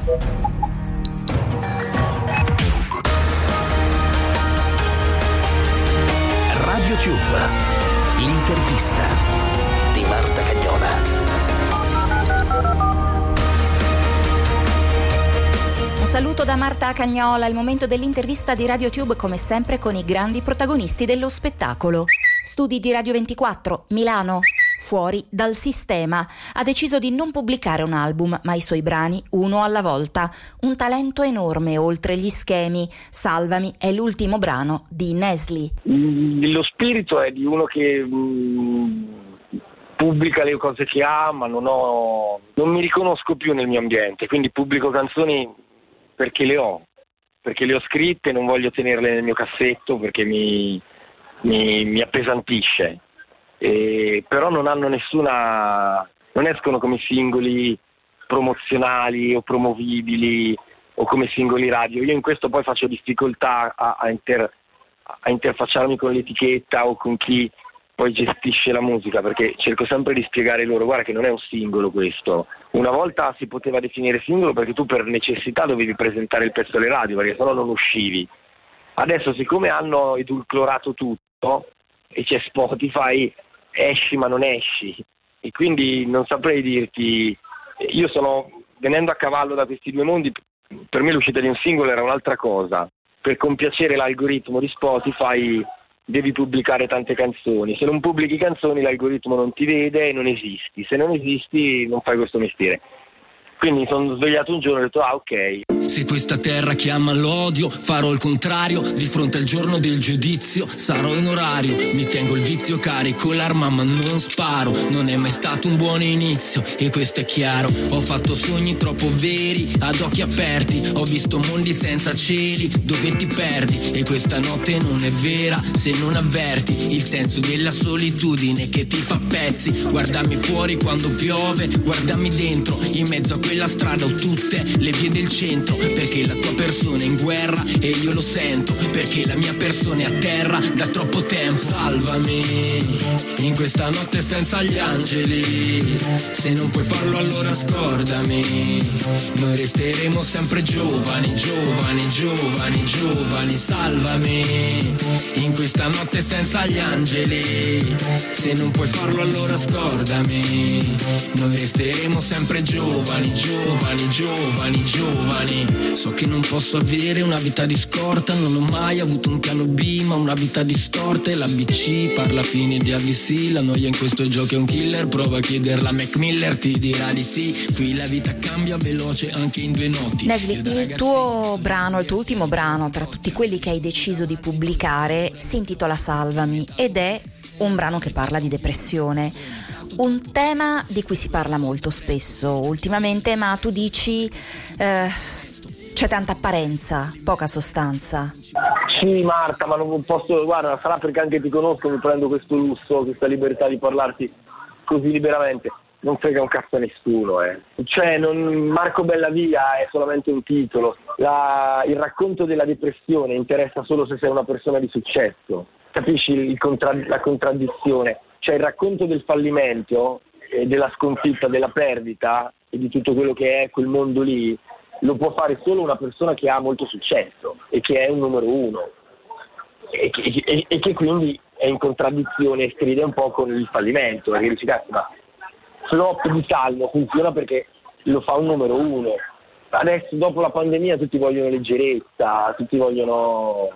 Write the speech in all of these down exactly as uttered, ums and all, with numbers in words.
RadioTube, l'intervista di Marta Cagnola. Un saluto da Marta Cagnola, il momento dell'intervista di RadioTube, come sempre con i grandi protagonisti dello spettacolo. Studi di Radio ventiquattro, Milano. Fuori dal sistema. Ha deciso di non pubblicare un album, ma i suoi brani uno alla volta. Un talento enorme oltre gli schemi. Salvami è l'ultimo brano di Nesli. Lo spirito è di uno che mh, pubblica le cose che ha, ma non ho, non mi riconosco più nel mio ambiente, quindi pubblico canzoni perché le ho, perché le ho scritte e non voglio tenerle nel mio cassetto perché mi, mi, mi appesantisce. Eh, però non hanno nessuna, non escono come singoli promozionali o promovibili o come singoli radio. Io in questo poi faccio difficoltà a, a, inter, a interfacciarmi con l'etichetta o con chi poi gestisce la musica, perché cerco sempre di spiegare loro: guarda che non è un singolo questo. Una volta si poteva definire singolo perché tu per necessità dovevi presentare il pezzo alle radio, perché sennò non uscivi. Adesso, siccome hanno edulcorato tutto e c'è Spotify, esci ma non esci, e quindi non saprei dirti. Io sono, venendo a cavallo da questi due mondi, per me l'uscita di un singolo era un'altra cosa. Per compiacere l'algoritmo di Spotify devi pubblicare tante canzoni, se non pubblichi canzoni l'algoritmo non ti vede e non esisti, se non esisti non fai questo mestiere. Quindi mi sono svegliato un giorno e ho detto: ah, ok. Se questa terra chiama l'odio, farò il contrario. Di fronte al giorno del giudizio sarò in orario. Mi tengo il vizio carico, l'arma ma non sparo. Non è mai stato un buon inizio e questo è chiaro. Ho fatto sogni troppo veri, ad occhi aperti. Ho visto mondi senza cieli, dove ti perdi. E questa notte non è vera se non avverti il senso della solitudine che ti fa pezzi. Guardami fuori quando piove, guardami dentro. In mezzo a quella strada ho tutte le vie del centro, perché la tua persona è in guerra e io lo sento, perché la mia persona è a terra da troppo tempo. Salvami in questa notte senza gli angeli, se non puoi farlo allora scordami. Noi resteremo sempre giovani, giovani, giovani, giovani. Salvami in questa notte senza gli angeli, se non puoi farlo allora scordami. Noi resteremo sempre giovani, giovani, giovani, giovani. So che non posso avere una vita di scorta, non ho mai avuto un piano B, ma una vita distorta. E la B C parla fine di A B C, la noia in questo gioco è un killer. Prova a chiederla a Mac Miller, ti dirà di sì. Qui la vita cambia veloce anche in due notti. Nesli, il tuo brano, il tuo ultimo brano tra tutti quelli che hai deciso di pubblicare si intitola Salvami ed è un brano che parla di depressione. Un tema di cui si parla molto spesso ultimamente, ma tu dici eh, c'è tanta apparenza, poca sostanza. Sì, Marta, ma non posso, guarda, sarà perché anche ti conosco, mi prendo questo lusso, questa libertà di parlarti così liberamente. Non frega un cazzo a nessuno, eh. Cioè, non, Marco Bellavia è solamente un titolo. La, il racconto della depressione interessa solo se sei una persona di successo. Capisci il contra, la contraddizione? Cioè, il racconto del fallimento e della sconfitta, della perdita e di tutto quello che è quel mondo lì lo può fare solo una persona che ha molto successo e che è un numero uno e che, e, e che quindi è in contraddizione e stride un po' con il fallimento, perché dici: cazzo, ma flop di Salmo funziona perché lo fa un numero uno. Adesso, dopo la pandemia, tutti vogliono leggerezza, tutti vogliono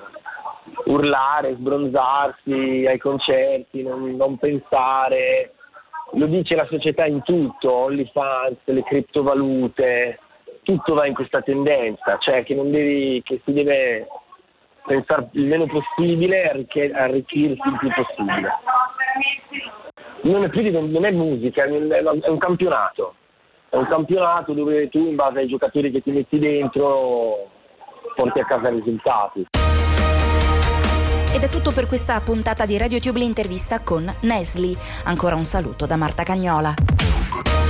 urlare, sbronzarsi ai concerti, non, non pensare. Lo dice la società in tutto, OnlyFans, le criptovalute, tutto va in questa tendenza, cioè che non devi, che si deve pensare il meno possibile e arricchirsi il più possibile. Non è più di, non è musica, è un campionato. È un campionato dove tu, in base ai giocatori che ti metti dentro, porti a casa risultati. Ed è tutto per questa puntata di RadioTube, l'intervista con Nesli. Ancora un saluto da Marta Cagnola.